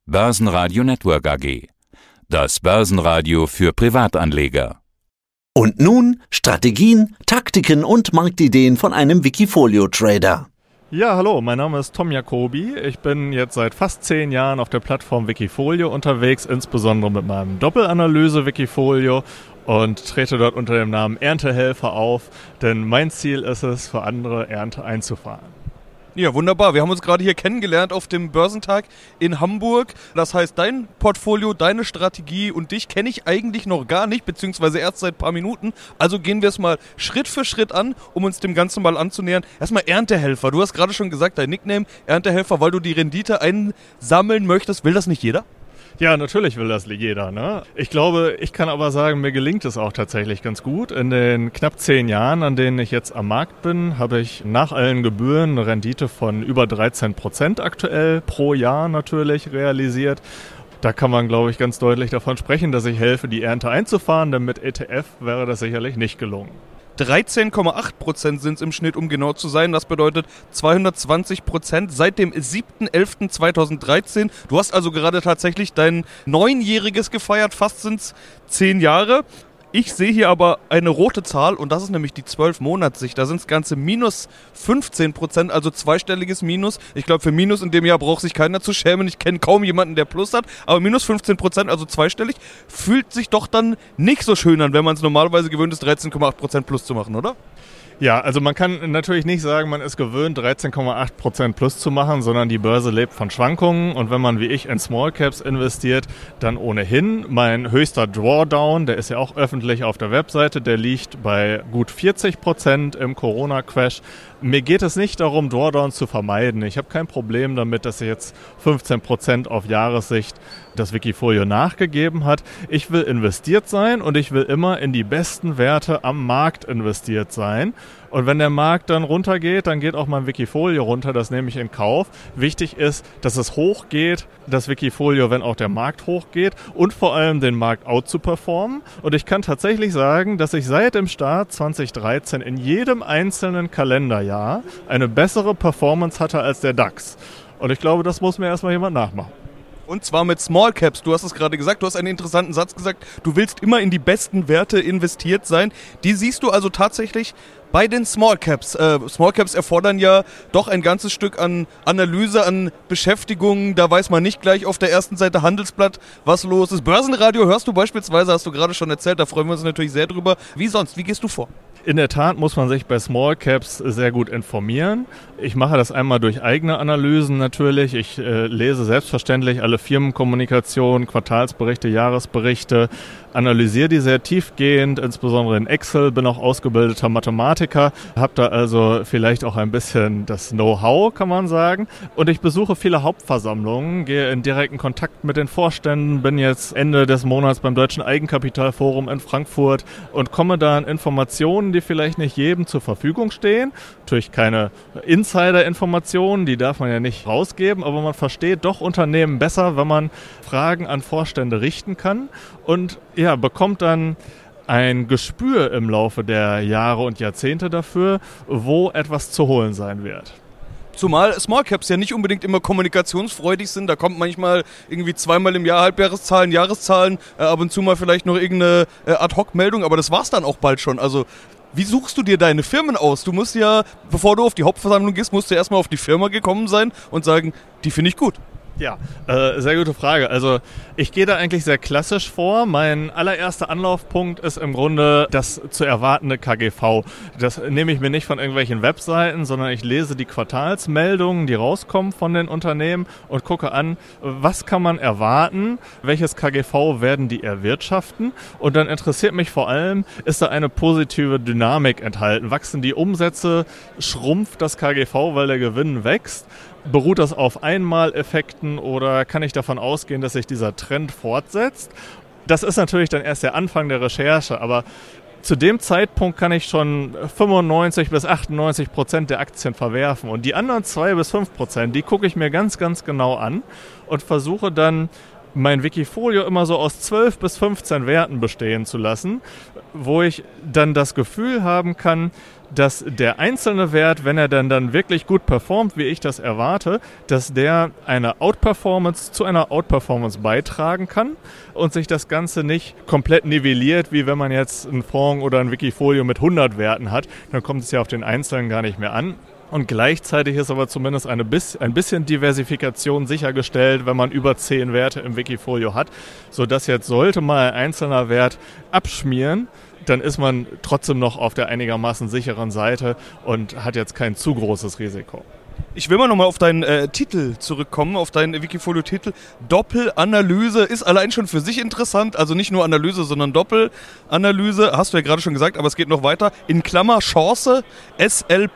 Börsenradio Network AG. Das Börsenradio für Privatanleger. Und nun Strategien, Taktiken und Marktideen von einem Wikifolio-Trader. Ja, hallo, mein Name ist Tom Jacobi. Ich bin jetzt seit fast 10 Jahren auf der Plattform Wikifolio unterwegs, insbesondere mit meinem Doppelanalyse-Wikifolio und trete dort unter dem Namen Erntehelfer auf, denn mein Ziel ist es, für andere Ernte einzufahren. Ja, wunderbar. Wir haben uns gerade hier kennengelernt auf dem Börsentag in Hamburg. Das heißt, dein Portfolio, deine Strategie und dich kenne ich eigentlich noch gar nicht, beziehungsweise erst seit ein paar Minuten. Also gehen wir es mal Schritt für Schritt an, um uns dem Ganzen mal anzunähern. Erstmal Erntehelfer. Du hast gerade schon gesagt, dein Nickname Erntehelfer, weil du die Rendite einsammeln möchtest. Will das nicht jeder? Ja, natürlich will das jeder, ne? Ich glaube, ich kann aber sagen, mir gelingt es auch tatsächlich ganz gut. In den knapp 10 Jahren, an denen ich jetzt am Markt bin, habe ich nach allen Gebühren eine Rendite von über 13% aktuell pro Jahr natürlich realisiert. Da kann man, glaube ich, ganz deutlich davon sprechen, dass ich helfe, die Ernte einzufahren, denn mit ETF wäre das sicherlich nicht gelungen. 13,8% sind es im Schnitt, um genau zu sein. Das bedeutet 220% seit dem 7.11.2013. Du hast also gerade tatsächlich dein 9-jähriges gefeiert, fast sind es 10 Jahre. Ich sehe hier aber eine rote Zahl und das ist nämlich die 12-Monats-Sicht. Da sind es ganze minus 15%, also zweistelliges Minus. Ich glaube, für Minus in dem Jahr braucht sich keiner zu schämen. Ich kenne kaum jemanden, der Plus hat. Aber minus 15%, also zweistellig, fühlt sich doch dann nicht so schön an, wenn man es normalerweise gewöhnt ist, 13,8% Plus zu machen, oder? Ja, also man kann natürlich nicht sagen, man ist gewöhnt, 13,8% plus zu machen, sondern die Börse lebt von Schwankungen und wenn man wie ich in Small Caps investiert, dann ohnehin. Mein höchster Drawdown, der ist ja auch öffentlich auf der Webseite, der liegt bei gut 40% im Corona-Crash. Mir geht es nicht darum, Drawdowns zu vermeiden. Ich habe kein Problem damit, dass jetzt 15% auf Jahressicht das Wikifolio nachgegeben hat. Ich will investiert sein und ich will immer in die besten Werte am Markt investiert sein. Und wenn der Markt dann runtergeht, dann geht auch mein Wikifolio runter, das nehme ich in Kauf. Wichtig ist, dass es hochgeht, das Wikifolio, wenn auch der Markt hochgeht und vor allem den Markt out zu performen. Und ich kann tatsächlich sagen, dass ich seit dem Start 2013 in jedem einzelnen Kalenderjahr eine bessere Performance hatte als der DAX. Und ich glaube, das muss mir erstmal jemand nachmachen. Und zwar mit Small Caps. Du hast es gerade gesagt, du hast einen interessanten Satz gesagt. Du willst immer in die besten Werte investiert sein. Die siehst du also tatsächlich bei den Small Caps. Small Caps erfordern ja doch ein ganzes Stück an Analyse, an Beschäftigung. Da weiß man nicht gleich auf der ersten Seite Handelsblatt, was los ist. Börsenradio hörst du beispielsweise, hast du gerade schon erzählt. Da freuen wir uns natürlich sehr drüber. Wie sonst? Wie gehst du vor? In der Tat muss man sich bei Small Caps sehr gut informieren. Ich mache das einmal durch eigene Analysen natürlich. Ich lese selbstverständlich alle Firmenkommunikationen, Quartalsberichte, Jahresberichte, analysiere die sehr tiefgehend, insbesondere in Excel, bin auch ausgebildeter Mathematiker, habe da also vielleicht auch ein bisschen das Know-how, kann man sagen. Und ich besuche viele Hauptversammlungen, gehe in direkten Kontakt mit den Vorständen, bin jetzt Ende des Monats beim Deutschen Eigenkapitalforum in Frankfurt und komme da an Informationen, die vielleicht nicht jedem zur Verfügung stehen. Natürlich keine Insider-Informationen, die darf man ja nicht rausgeben, aber man versteht doch Unternehmen besser, wenn man Fragen an Vorstände richten kann und ja, bekommt dann ein Gespür im Laufe der Jahre und Jahrzehnte dafür, wo etwas zu holen sein wird. Zumal Small Caps ja nicht unbedingt immer kommunikationsfreudig sind. Da kommt manchmal irgendwie zweimal im Jahr Halbjahreszahlen, Jahreszahlen, ab und zu mal vielleicht noch irgendeine Ad-Hoc-Meldung, aber das war's dann auch bald schon. Also wie suchst du dir deine Firmen aus? Du musst ja, bevor du auf die Hauptversammlung gehst, musst du erstmal auf die Firma gekommen sein und sagen, die finde ich gut. Ja, sehr gute Frage. Also ich gehe da eigentlich sehr klassisch vor. Mein allererster Anlaufpunkt ist im Grunde das zu erwartende KGV. Das nehme ich mir nicht von irgendwelchen Webseiten, sondern ich lese die Quartalsmeldungen, die rauskommen von den Unternehmen und gucke an, was kann man erwarten, welches KGV werden die erwirtschaften und dann interessiert mich vor allem, ist da eine positive Dynamik enthalten? Wachsen die Umsätze, schrumpft das KGV, weil der Gewinn wächst? Beruht das auf Einmaleffekten oder kann ich davon ausgehen, dass sich dieser Trend fortsetzt? Das ist natürlich dann erst der Anfang der Recherche, aber zu dem Zeitpunkt kann ich schon 95-98% der Aktien verwerfen und die anderen 2-5%, die gucke ich mir ganz, ganz genau an und versuche dann mein Wikifolio immer so aus 12 bis 15 Werten bestehen zu lassen, wo ich dann das Gefühl haben kann, dass der einzelne Wert, wenn er dann wirklich gut performt, wie ich das erwarte, dass der eine Outperformance zu einer Outperformance beitragen kann und sich das Ganze nicht komplett nivelliert, wie wenn man jetzt einen Fonds oder ein Wikifolio mit 100 Werten hat. Dann kommt es ja auf den Einzelnen gar nicht mehr an. Und gleichzeitig ist aber zumindest ein bisschen Diversifikation sichergestellt, wenn man über 10 Werte im Wikifolio hat, sodass jetzt sollte mal ein einzelner Wert abschmieren, dann ist man trotzdem noch auf der einigermaßen sicheren Seite und hat jetzt kein zu großes Risiko. Ich will mal nochmal auf deinen Titel zurückkommen, auf deinen Wikifolio-Titel. Doppelanalyse ist allein schon für sich interessant, also nicht nur Analyse, sondern Doppelanalyse, hast du ja gerade schon gesagt, aber es geht noch weiter. In Klammer Chance SL+.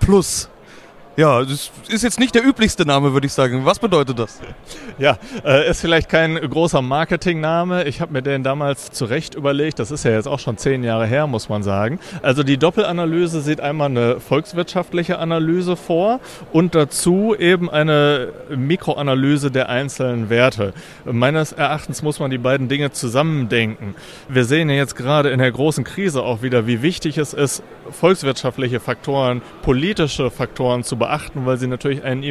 Ja, das ist jetzt nicht der üblichste Name, würde ich sagen. Was bedeutet das? Ja, ist vielleicht kein großer Marketingname. Ich habe mir den damals zurecht überlegt. Das ist ja jetzt auch schon 10 Jahre her, muss man sagen. Also die Doppelanalyse sieht einmal eine volkswirtschaftliche Analyse vor und dazu eben eine Mikroanalyse der einzelnen Werte. Meines Erachtens muss man die beiden Dinge zusammendenken. Wir sehen ja jetzt gerade in der großen Krise auch wieder, wie wichtig es ist, volkswirtschaftliche Faktoren, politische Faktoren zu beachten, weil sie natürlich eine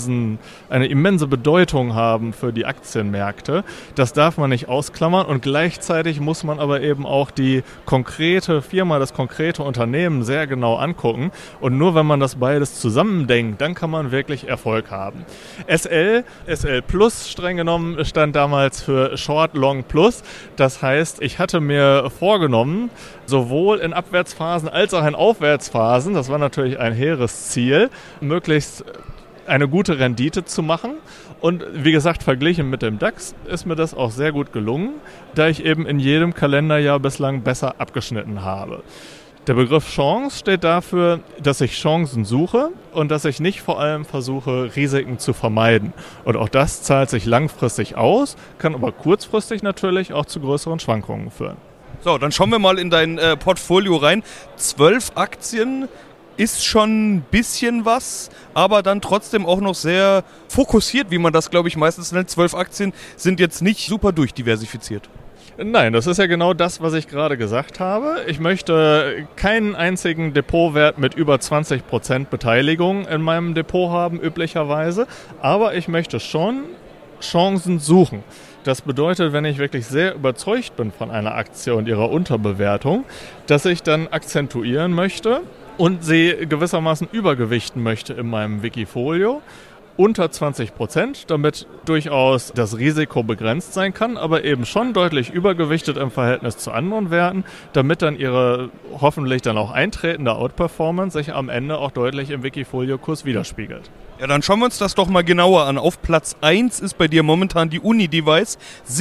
immense Bedeutung haben für die Aktienmärkte. Das darf man nicht ausklammern und gleichzeitig muss man aber eben auch die konkrete Firma, das konkrete Unternehmen sehr genau angucken und nur wenn man das beides zusammendenkt, dann kann man wirklich Erfolg haben. SL Plus streng genommen stand damals für Short Long Plus. Das heißt, ich hatte mir vorgenommen, sowohl in Abwärtsphasen als auch in Aufwärtsphasen, das war natürlich ein hehres Ziel, möglichst eine gute Rendite zu machen. Und wie gesagt, verglichen mit dem DAX ist mir das auch sehr gut gelungen, da ich eben in jedem Kalenderjahr bislang besser abgeschnitten habe. Der Begriff Chance steht dafür, dass ich Chancen suche und dass ich nicht vor allem versuche, Risiken zu vermeiden. Und auch das zahlt sich langfristig aus, kann aber kurzfristig natürlich auch zu größeren Schwankungen führen. So, dann schauen wir mal in dein Portfolio rein. 12 Aktien ist schon ein bisschen was, aber dann trotzdem auch noch sehr fokussiert, wie man das, glaube ich, meistens nennt. 12 Aktien sind jetzt nicht super durchdiversifiziert. Nein, das ist ja genau das, was ich gerade gesagt habe. Ich möchte keinen einzigen Depotwert mit über 20% Beteiligung in meinem Depot haben, üblicherweise. Aber ich möchte schon Chancen suchen. Das bedeutet, wenn ich wirklich sehr überzeugt bin von einer Aktie und ihrer Unterbewertung, dass ich dann akzentuieren möchte und sie gewissermaßen übergewichten möchte in meinem Wikifolio. Unter 20%, damit durchaus das Risiko begrenzt sein kann, aber eben schon deutlich übergewichtet im Verhältnis zu anderen Werten, damit dann ihre hoffentlich dann auch eintretende Outperformance sich am Ende auch deutlich im Wikifolio-Kurs widerspiegelt. Ja, dann schauen wir uns das doch mal genauer an. Auf Platz 1 ist bei dir momentan die Uni-Device,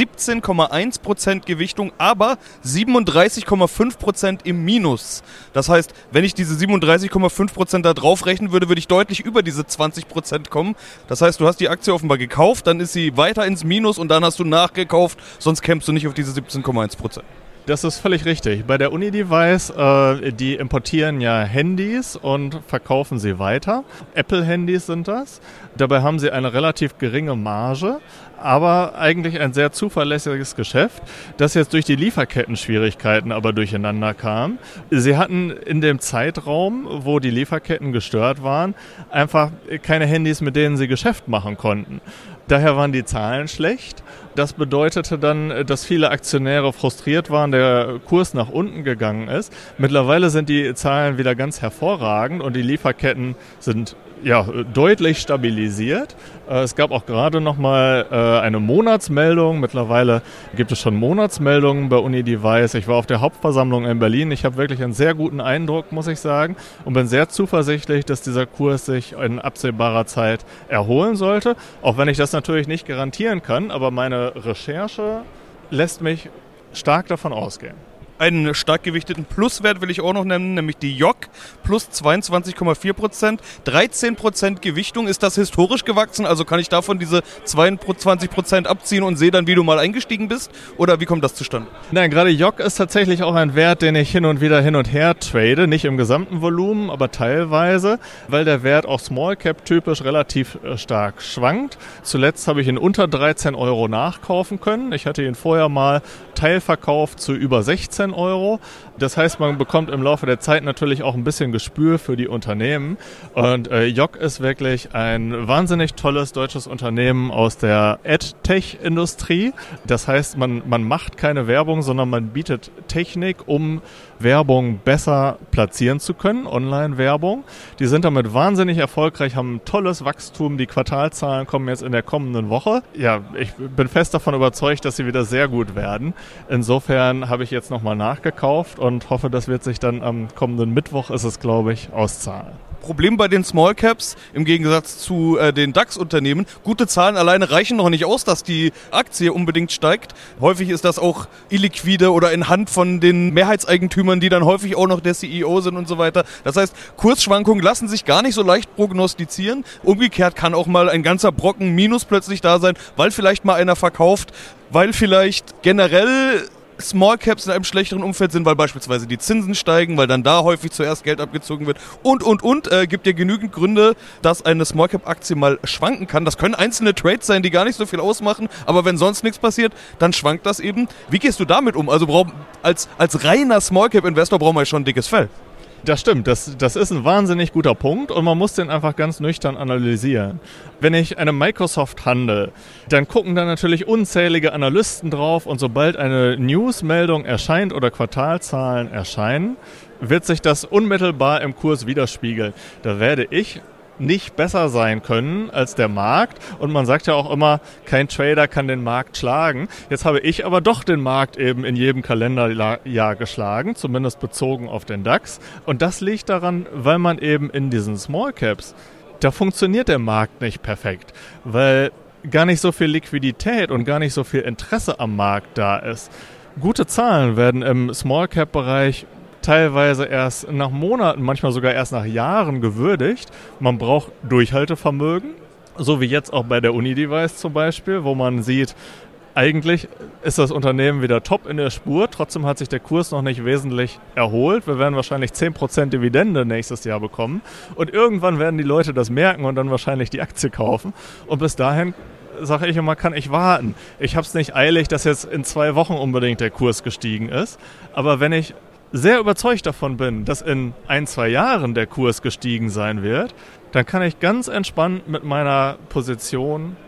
17,1% Gewichtung, aber 37,5% im Minus. Das heißt, wenn ich diese 37,5% da drauf rechnen würde, würde ich deutlich über diese 20% kommen. Das heißt, du hast die Aktie offenbar gekauft, dann ist sie weiter ins Minus und dann hast du nachgekauft, sonst kämpfst du nicht auf diese 17,1%. Das ist völlig richtig. Bei der Uni-Device, die importieren ja Handys und verkaufen sie weiter. Apple-Handys sind das. Dabei haben sie eine relativ geringe Marge, aber eigentlich ein sehr zuverlässiges Geschäft, das jetzt durch die Lieferketten-Schwierigkeiten aber durcheinander kam. Sie hatten in dem Zeitraum, wo die Lieferketten gestört waren, einfach keine Handys, mit denen sie Geschäft machen konnten. Daher waren die Zahlen schlecht. Das bedeutete dann, dass viele Aktionäre frustriert waren, der Kurs nach unten gegangen ist. Mittlerweile sind die Zahlen wieder ganz hervorragend und die Lieferketten sind deutlich stabilisiert. Es gab auch gerade noch mal eine Monatsmeldung. Mittlerweile gibt es schon Monatsmeldungen bei Uni-Device. Ich war auf der Hauptversammlung in Berlin. Ich habe wirklich einen sehr guten Eindruck, muss ich sagen, und bin sehr zuversichtlich, dass dieser Kurs sich in absehbarer Zeit erholen sollte. Auch wenn ich das natürlich nicht garantieren kann, aber meine Recherche lässt mich stark davon ausgehen. Einen stark gewichteten Pluswert will ich auch noch nennen, nämlich die JOC, plus 22,4%, 13% Gewichtung. Ist das historisch gewachsen? Also kann ich davon diese 22% abziehen und sehe dann, wie du mal eingestiegen bist? Oder wie kommt das zustande? Nein, gerade JOC ist tatsächlich auch ein Wert, den ich hin und her trade. Nicht im gesamten Volumen, aber teilweise, weil der Wert auch Small Cap typisch relativ stark schwankt. Zuletzt habe ich ihn unter 13 € nachkaufen können. Ich hatte ihn vorher mal teilverkauft zu über 16 €. Das heißt, man bekommt im Laufe der Zeit natürlich auch ein bisschen Gespür für die Unternehmen. Und JOC ist wirklich ein wahnsinnig tolles deutsches Unternehmen aus der AdTech-Industrie. Das heißt, man macht keine Werbung, sondern man bietet Technik, um Werbung besser platzieren zu können, Online-Werbung. Die sind damit wahnsinnig erfolgreich, haben ein tolles Wachstum. Die Quartalzahlen kommen jetzt in der kommenden Woche. Ja, ich bin fest davon überzeugt, dass sie wieder sehr gut werden. Insofern habe ich jetzt nochmal nachgekauft und hoffe, das wird sich dann am kommenden Mittwoch, ist es glaube ich, auszahlen. Problem bei den Small Caps im Gegensatz zu den DAX-Unternehmen. Gute Zahlen alleine reichen noch nicht aus, dass die Aktie unbedingt steigt. Häufig ist das auch illiquide oder in Hand von den Mehrheitseigentümern, die dann häufig auch noch der CEO sind und so weiter. Das heißt, Kursschwankungen lassen sich gar nicht so leicht prognostizieren. Umgekehrt kann auch mal ein ganzer Brocken Minus plötzlich da sein, weil vielleicht mal einer verkauft, weil vielleicht generell Small Caps in einem schlechteren Umfeld sind, weil beispielsweise die Zinsen steigen, weil dann da häufig zuerst Geld abgezogen wird und. Gibt ja genügend Gründe, dass eine Small Cap Aktie mal schwanken kann. Das können einzelne Trades sein, die gar nicht so viel ausmachen, aber wenn sonst nichts passiert, dann schwankt das eben. Wie gehst du damit um? Also als reiner Small Cap Investor brauchen wir ja schon ein dickes Fell. Das stimmt, das ist ein wahnsinnig guter Punkt und man muss den einfach ganz nüchtern analysieren. Wenn ich eine Microsoft handle, dann gucken da natürlich unzählige Analysten drauf und sobald eine Newsmeldung erscheint oder Quartalzahlen erscheinen, wird sich das unmittelbar im Kurs widerspiegeln. Da werde ich nicht besser sein können als der Markt. Und man sagt ja auch immer, kein Trader kann den Markt schlagen. Jetzt habe ich aber doch den Markt eben in jedem Kalenderjahr geschlagen, zumindest bezogen auf den DAX. Und das liegt daran, weil man eben in diesen Small Caps, da funktioniert der Markt nicht perfekt, weil gar nicht so viel Liquidität und gar nicht so viel Interesse am Markt da ist. Gute Zahlen werden im Small Cap Bereich teilweise erst nach Monaten, manchmal sogar erst nach Jahren gewürdigt. Man braucht Durchhaltevermögen, so wie jetzt auch bei der Unidevice zum Beispiel, wo man sieht, eigentlich ist das Unternehmen wieder top in der Spur, trotzdem hat sich der Kurs noch nicht wesentlich erholt. Wir werden wahrscheinlich 10% Dividende nächstes Jahr bekommen und irgendwann werden die Leute das merken und dann wahrscheinlich die Aktie kaufen und bis dahin sage ich immer, kann ich warten. Ich habe es nicht eilig, dass jetzt in 2 Wochen unbedingt der Kurs gestiegen ist, aber wenn ich sehr überzeugt davon bin, dass in 1-2 Jahren der Kurs gestiegen sein wird, dann kann ich ganz entspannt mit meiner Position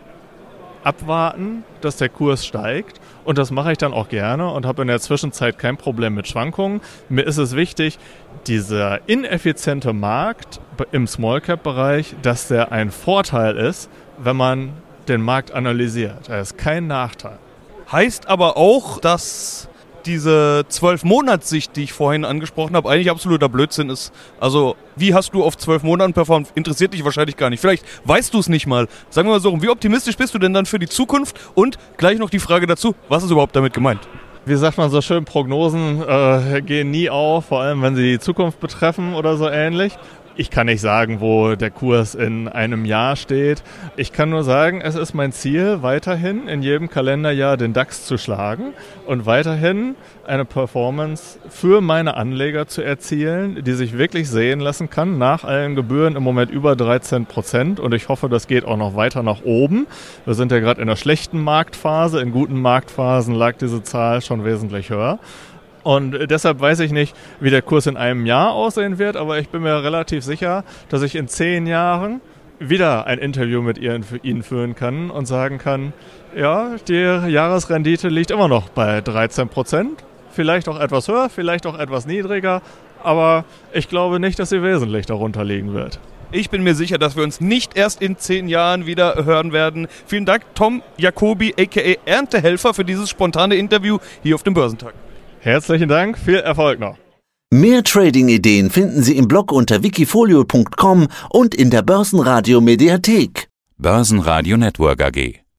abwarten, dass der Kurs steigt und das mache ich dann auch gerne und habe in der Zwischenzeit kein Problem mit Schwankungen. Mir ist es wichtig, dieser ineffiziente Markt im Small-Cap-Bereich, dass der ein Vorteil ist, wenn man den Markt analysiert. Er ist kein Nachteil. Heißt aber auch, dass diese 12-Monats-Sicht, die ich vorhin angesprochen habe, eigentlich absoluter Blödsinn ist. Also, wie hast du auf 12 Monaten performt? Interessiert dich wahrscheinlich gar nicht. Vielleicht weißt du es nicht mal. Sagen wir mal so, wie optimistisch bist du denn dann für die Zukunft? Und gleich noch die Frage dazu, was ist überhaupt damit gemeint? Wie sagt man so schön, Prognosen gehen nie auf, vor allem wenn sie die Zukunft betreffen oder so ähnlich. Ich kann nicht sagen, wo der Kurs in einem Jahr steht. Ich kann nur sagen, es ist mein Ziel, weiterhin in jedem Kalenderjahr den DAX zu schlagen und weiterhin eine Performance für meine Anleger zu erzielen, die sich wirklich sehen lassen kann, nach allen Gebühren im Moment über 13%. Und ich hoffe, das geht auch noch weiter nach oben. Wir sind ja gerade in einer schlechten Marktphase. In guten Marktphasen lag diese Zahl schon wesentlich höher. Und deshalb weiß ich nicht, wie der Kurs in einem Jahr aussehen wird, aber ich bin mir relativ sicher, dass ich in 10 Jahren wieder ein Interview mit Ihnen führen kann und sagen kann, ja, die Jahresrendite liegt immer noch bei 13%, vielleicht auch etwas höher, vielleicht auch etwas niedriger, aber ich glaube nicht, dass sie wesentlich darunter liegen wird. Ich bin mir sicher, dass wir uns nicht erst in 10 Jahren wieder hören werden. Vielen Dank, Tom Jacoby, a.k.a. Erntehelfer, für dieses spontane Interview hier auf dem Börsentag. Herzlichen Dank, viel Erfolg noch. Mehr Trading-Ideen finden Sie im Blog unter wikifolio.com und in der Börsenradio Mediathek. Börsenradio Network AG.